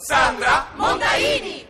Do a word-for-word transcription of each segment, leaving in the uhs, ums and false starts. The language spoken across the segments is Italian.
Sandra Mondaini.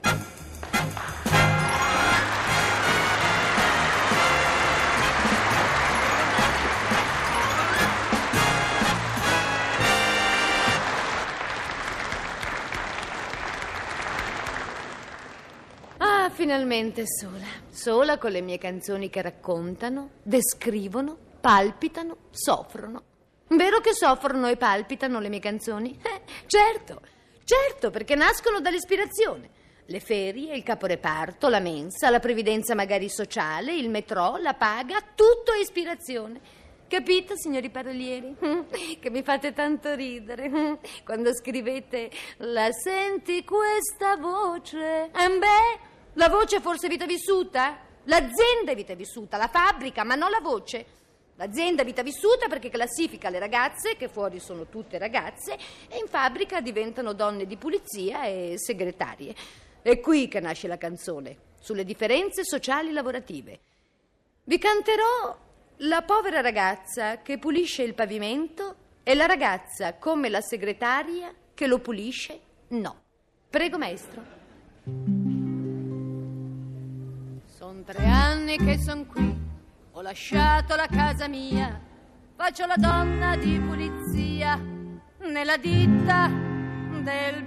Ah, finalmente sola. Sola con le mie canzoni che raccontano, descrivono, palpitano, soffrono. Vero che soffrono e palpitano le mie canzoni? Eh, certo, certo, perché nascono dall'ispirazione. Le ferie, il caporeparto, la mensa, la previdenza magari sociale, il metrò, la paga, tutto è ispirazione. Capito, signori parolieri? Che mi fate tanto ridere quando scrivete "la senti questa voce"? Eh beh, la voce è forse vita vissuta? L'azienda è vita vissuta, la fabbrica, ma non la voce. L'azienda è vita vissuta perché classifica le ragazze, che fuori sono tutte ragazze, e in fabbrica diventano donne di pulizia e segretarie. È qui che nasce la canzone, sulle differenze sociali lavorative. Vi canterò la povera ragazza che pulisce il pavimento e la ragazza come la segretaria che lo pulisce no. Prego, maestro. Son tre anni che son qui, ho lasciato la casa mia, faccio la donna di pulizia nella ditta del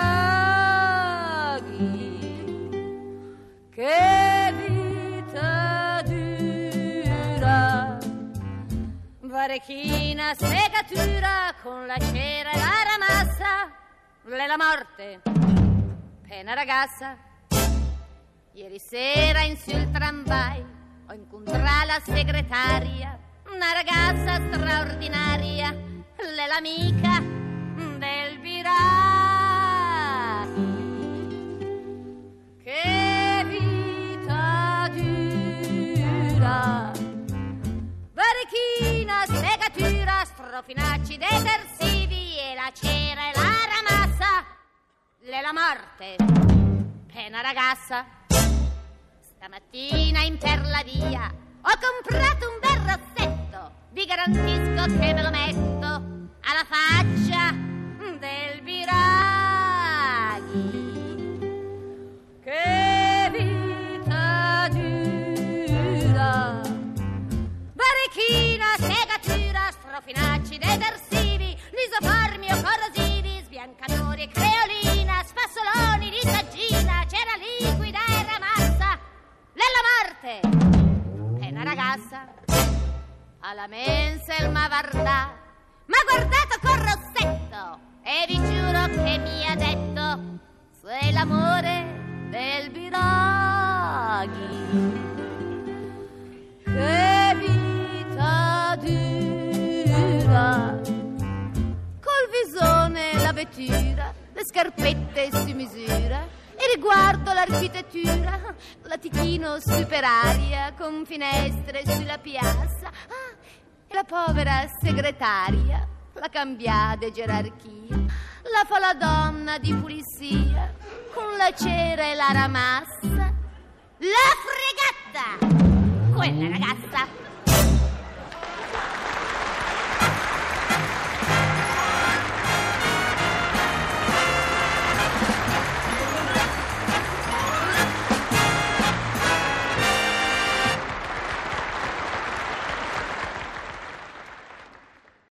Biraghi. Che vita dura, varechina, segatura, con la cera e la ramassa, l'è la morte, pena ragazza. Ieri sera in sul tramvai ho incontrato la segretaria, una ragazza straordinaria, l'è l'amica del Biraghi. Che vita dura, varechina, segatura, strofinacci detersivi e la cera e la ramassa, l'è la morte, pena ragazza. Stamattina in per la via ho comprato un bel rossetto, vi garantisco che me lo metto alla faccia del Biraghi. Che vita dura, varechina, segatura, strofinacci detersivi, lisoformi o corrosivi, sbiancatori e creolina, spassoloni di saggina, cera liquida e ramassa, nella morte, pena ragazza. Alla mensa il m'ha guardato, m'ha guardato col rossetto e vi giuro che mi ha detto: sei l'amore del Biraghi. Che vita dura, col visone la vettura, le scarpette su misura, e riguardo l'architettura, latichino superaria con finestre sulla piazza. Ah, e la povera segretaria, la cambiate gerarchia, la fa la donna di pulizia con la cera e la ramassa, la fregata, quella ragazza.